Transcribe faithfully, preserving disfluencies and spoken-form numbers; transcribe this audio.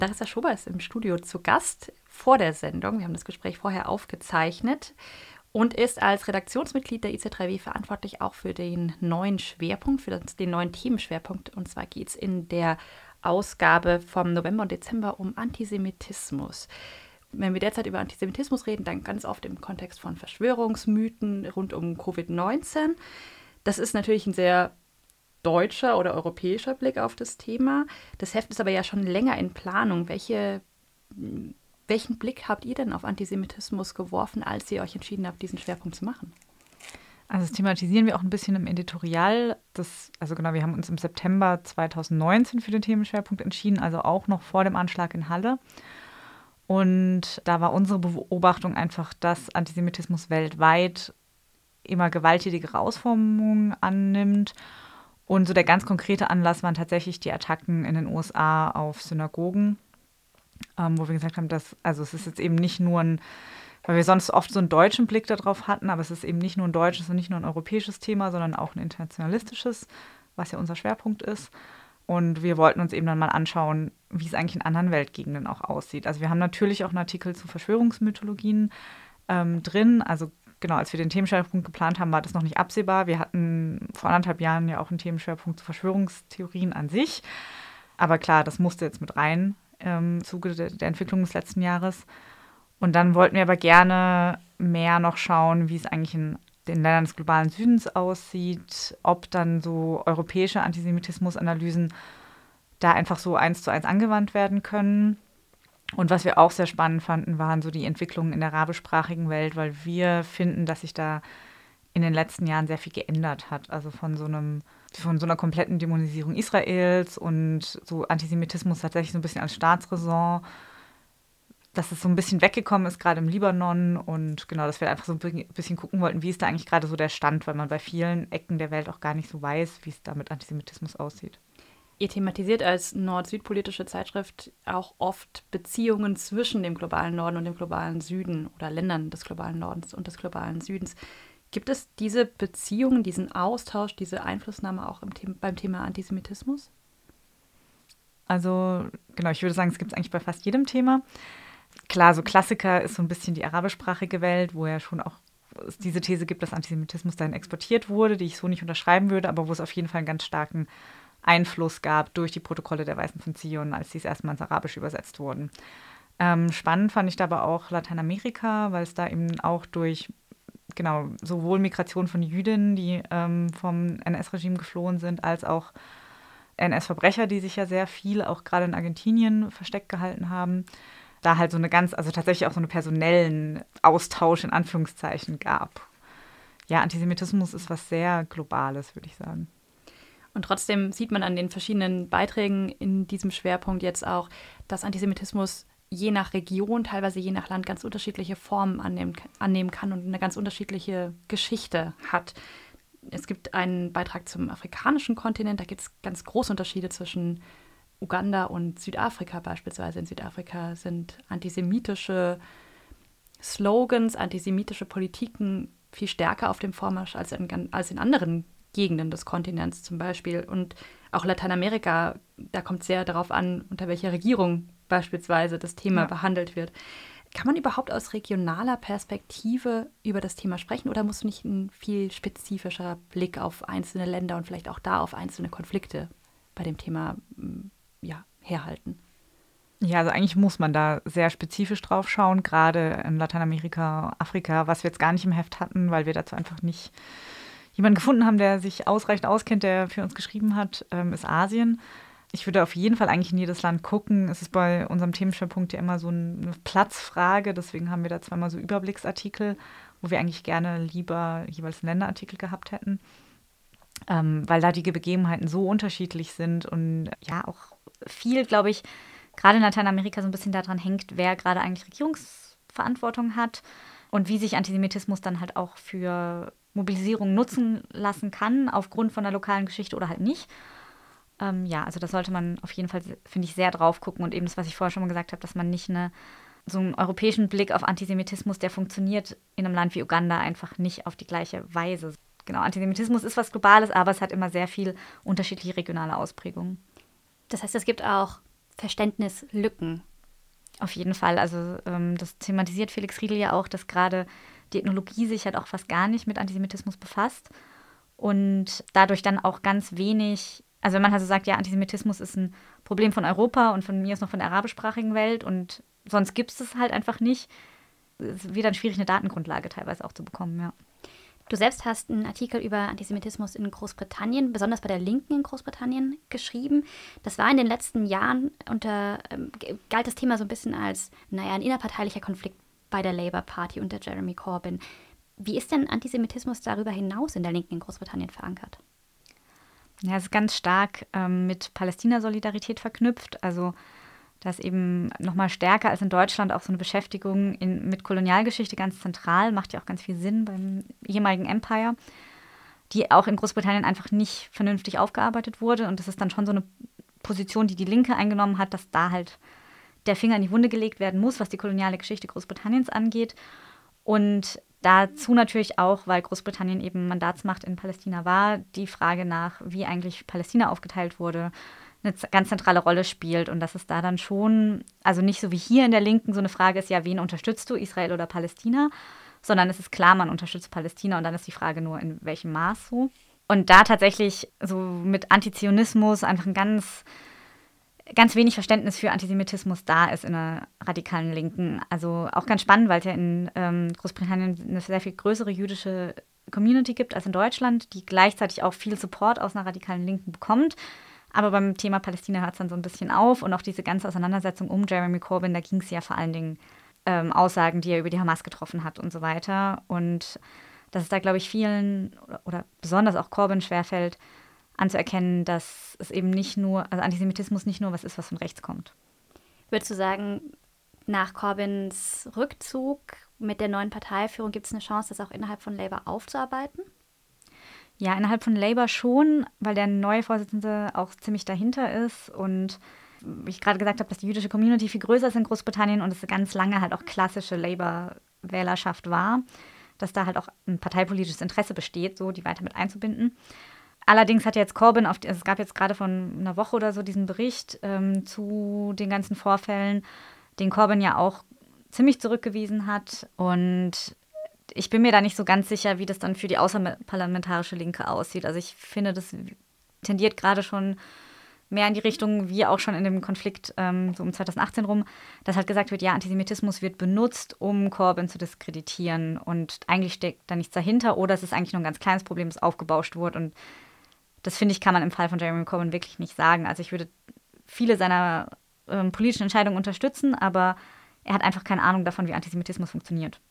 Larissa Schober ist im Studio zu Gast vor der Sendung. Wir haben das Gespräch vorher aufgezeichnet und ist als Redaktionsmitglied der I C drei W verantwortlich auch für den neuen Schwerpunkt, für das, den neuen Themenschwerpunkt. Und zwar geht es in der Ausgabe vom November und Dezember um Antisemitismus. Wenn wir derzeit über Antisemitismus reden, dann ganz oft im Kontext von Verschwörungsmythen rund um Covid neunzehn. Das ist natürlich ein sehr deutscher oder europäischer Blick auf das Thema. Das Heft ist aber ja schon länger in Planung. Welche, welchen Blick habt ihr denn auf Antisemitismus geworfen, als ihr euch entschieden habt, diesen Schwerpunkt zu machen? Also das thematisieren wir auch ein bisschen im Editorial. Das, also genau, wir haben uns im September zwanzig neunzehn für den Themenschwerpunkt entschieden, also auch noch vor dem Anschlag in Halle. Und da war unsere Beobachtung einfach, dass Antisemitismus weltweit immer gewalttätigere Ausformungen annimmt. Und so der ganz konkrete Anlass waren tatsächlich die Attacken in den U S A auf Synagogen, ähm, wo wir gesagt haben, dass, also es ist jetzt eben nicht nur ein, weil wir sonst oft so einen deutschen Blick darauf hatten, aber es ist eben nicht nur ein deutsches und nicht nur ein europäisches Thema, sondern auch ein internationalistisches, was ja unser Schwerpunkt ist. Und wir wollten uns eben dann mal anschauen, wie es eigentlich in anderen Weltgegenden auch aussieht. Also wir haben natürlich auch einen Artikel zu Verschwörungsmythologien ähm, drin, also genau, als wir den Themenschwerpunkt geplant haben, war das noch nicht absehbar. Wir hatten vor anderthalb Jahren ja auch einen Themenschwerpunkt zu Verschwörungstheorien an sich. Aber klar, das musste jetzt mit rein im Zuge der, der Entwicklung des letzten Jahres. Und dann wollten wir aber gerne mehr noch schauen, wie es eigentlich in den Ländern des globalen Südens aussieht, ob dann so europäische Antisemitismusanalysen da einfach so eins zu eins angewandt werden können. Und was wir auch sehr spannend fanden, waren so die Entwicklungen in der arabischsprachigen Welt, weil wir finden, dass sich da in den letzten Jahren sehr viel geändert hat. Also von so einem, von so einer kompletten Dämonisierung Israels und so Antisemitismus tatsächlich so ein bisschen als Staatsräson, dass es so ein bisschen weggekommen ist, gerade im Libanon. Und genau, dass wir einfach so ein bisschen gucken wollten, wie ist da eigentlich gerade so der Stand, weil man bei vielen Ecken der Welt auch gar nicht so weiß, wie es da mit Antisemitismus aussieht. Ihr thematisiert als nord-süd-politische Zeitschrift auch oft Beziehungen zwischen dem globalen Norden und dem globalen Süden oder Ländern des globalen Nordens und des globalen Südens. Gibt es diese Beziehungen, diesen Austausch, diese Einflussnahme auch im The- beim Thema Antisemitismus? Also genau, ich würde sagen, es gibt es eigentlich bei fast jedem Thema. Klar, so Klassiker ist so ein bisschen die arabischsprachige Welt, wo ja schon auch es diese These gibt, dass Antisemitismus dahin exportiert wurde, die ich so nicht unterschreiben würde, aber wo es auf jeden Fall einen ganz starken Einfluss gab durch die Protokolle der Weisen von Zion, als die es erstmal ins Arabische übersetzt wurden. Ähm, spannend fand ich da aber auch Lateinamerika, weil es da eben auch durch genau sowohl Migration von Jüdinnen, die ähm, vom N S-Regime geflohen sind, als auch N S-Verbrecher, die sich ja sehr viel auch gerade in Argentinien versteckt gehalten haben, da halt so eine ganz, also tatsächlich auch so einen personellen Austausch in Anführungszeichen gab. Ja, Antisemitismus ist was sehr Globales, würde ich sagen. Und trotzdem sieht man an den verschiedenen Beiträgen in diesem Schwerpunkt jetzt auch, dass Antisemitismus je nach Region, teilweise je nach Land ganz unterschiedliche Formen annehmen, annehmen kann und eine ganz unterschiedliche Geschichte hat. Es gibt einen Beitrag zum afrikanischen Kontinent, da gibt es ganz große Unterschiede zwischen Uganda und Südafrika beispielsweise. In Südafrika sind antisemitische Slogans, antisemitische Politiken viel stärker auf dem Vormarsch als in, als in anderen Gegenden des Kontinents zum Beispiel. Und auch Lateinamerika, da kommt es sehr darauf an, unter welcher Regierung beispielsweise das Thema ja. behandelt wird. Kann man überhaupt aus regionaler Perspektive über das Thema sprechen oder muss nicht ein viel spezifischer Blick auf einzelne Länder und vielleicht auch da auf einzelne Konflikte bei dem Thema ja, herhalten? Ja, also eigentlich muss man da sehr spezifisch drauf schauen, gerade in Lateinamerika, Afrika, was wir jetzt gar nicht im Heft hatten, weil wir dazu einfach nicht jemanden gefunden haben, der sich ausreichend auskennt, der für uns geschrieben hat, ähm, ist Asien. Ich würde auf jeden Fall eigentlich in jedes Land gucken. Es ist bei unserem Themenschwerpunkt ja immer so eine Platzfrage. Deswegen haben wir da zweimal so Überblicksartikel, wo wir eigentlich gerne lieber jeweils einen Länderartikel gehabt hätten. Ähm, weil da die Begebenheiten so unterschiedlich sind und ja auch viel, glaube ich, gerade in Lateinamerika so ein bisschen daran hängt, wer gerade eigentlich Regierungsverantwortung hat und wie sich Antisemitismus dann halt auch für Mobilisierung nutzen lassen kann, aufgrund von der lokalen Geschichte oder halt nicht. Ähm, ja, also das sollte man auf jeden Fall, finde ich, sehr drauf gucken. Und eben das, was ich vorher schon mal gesagt habe, dass man nicht eine, so einen europäischen Blick auf Antisemitismus, der funktioniert in einem Land wie Uganda einfach nicht auf die gleiche Weise. Genau, Antisemitismus ist was Globales, aber es hat immer sehr viel unterschiedliche regionale Ausprägungen. Das heißt, es gibt auch Verständnislücken. Auf jeden Fall. Also ähm, das thematisiert Felix Riedel ja auch, dass gerade die Ethnologie sich halt auch fast gar nicht mit Antisemitismus befasst und dadurch dann auch ganz wenig, also wenn man also sagt, ja, Antisemitismus ist ein Problem von Europa und von mir aus noch von der arabischsprachigen Welt und sonst gibt es es halt einfach nicht, es wird dann schwierig, eine Datengrundlage teilweise auch zu bekommen, ja. Du selbst hast einen Artikel über Antisemitismus in Großbritannien, besonders bei der Linken in Großbritannien, geschrieben. Das war in den letzten Jahren unter, ähm, galt das Thema so ein bisschen als, naja, ein innerparteilicher Konflikt bei der Labour Party unter Jeremy Corbyn. Wie ist denn Antisemitismus darüber hinaus in der Linken in Großbritannien verankert? Ja, es ist ganz stark ähm, mit Palästina-Solidarität verknüpft. Also da ist eben nochmal stärker als in Deutschland auch so eine Beschäftigung in, mit Kolonialgeschichte ganz zentral, macht ja auch ganz viel Sinn beim ehemaligen Empire, die auch in Großbritannien einfach nicht vernünftig aufgearbeitet wurde. Und das ist dann schon so eine Position, die die Linke eingenommen hat, dass da halt der Finger in die Wunde gelegt werden muss, was die koloniale Geschichte Großbritanniens angeht. Und dazu natürlich auch, weil Großbritannien eben Mandatsmacht in Palästina war, die Frage nach, wie eigentlich Palästina aufgeteilt wurde, eine ganz zentrale Rolle spielt und dass es da dann schon, also nicht so wie hier in der Linken so eine Frage ist, ja, wen unterstützt du, Israel oder Palästina, sondern es ist klar, man unterstützt Palästina und dann ist die Frage nur, in welchem Maß so. Und da tatsächlich so mit Antizionismus einfach ein ganz, ganz wenig Verständnis für Antisemitismus da ist in der radikalen Linken. Also auch ganz spannend, weil es ja in ähm, Großbritannien eine sehr viel größere jüdische Community gibt als in Deutschland, die gleichzeitig auch viel Support aus einer radikalen Linken bekommt. Aber beim Thema Palästina hört es dann so ein bisschen auf und auch diese ganze Auseinandersetzung um Jeremy Corbyn, da ging es ja vor allen Dingen ähm, Aussagen, die er über die Hamas getroffen hat und so weiter. Und dass es da, glaube ich, vielen oder, oder besonders auch Corbyn schwerfällt, anzuerkennen, dass es eben nicht nur, also Antisemitismus nicht nur was ist, was von rechts kommt. Würdest du sagen, nach Corbyns Rückzug mit der neuen Parteiführung gibt es eine Chance, das auch innerhalb von Labour aufzuarbeiten? Ja, innerhalb von Labour schon, weil der neue Vorsitzende auch ziemlich dahinter ist und wie ich gerade gesagt habe, dass die jüdische Community viel größer ist in Großbritannien und es ganz lange halt auch klassische Labour-Wählerschaft war, dass da halt auch ein parteipolitisches Interesse besteht, so die weiter mit einzubinden. Allerdings hat jetzt Corbyn, auf, also es gab jetzt gerade von einer Woche oder so diesen Bericht ähm, zu den ganzen Vorfällen, den Corbyn ja auch ziemlich zurückgewiesen hat und ich bin mir da nicht so ganz sicher, wie das dann für die außerparlamentarische Linke aussieht. Also ich finde, das tendiert gerade schon mehr in die Richtung, wie auch schon in dem Konflikt ähm, so um zweitausendachtzehn rum, dass halt gesagt wird, ja, Antisemitismus wird benutzt, um Corbyn zu diskreditieren und eigentlich steckt da nichts dahinter oder es ist eigentlich nur ein ganz kleines Problem, das aufgebauscht wurde und das, finde ich, kann man im Fall von Jeremy Corbyn wirklich nicht sagen. Also ich würde viele seiner ähm, politischen Entscheidungen unterstützen, aber er hat einfach keine Ahnung davon, wie Antisemitismus funktioniert.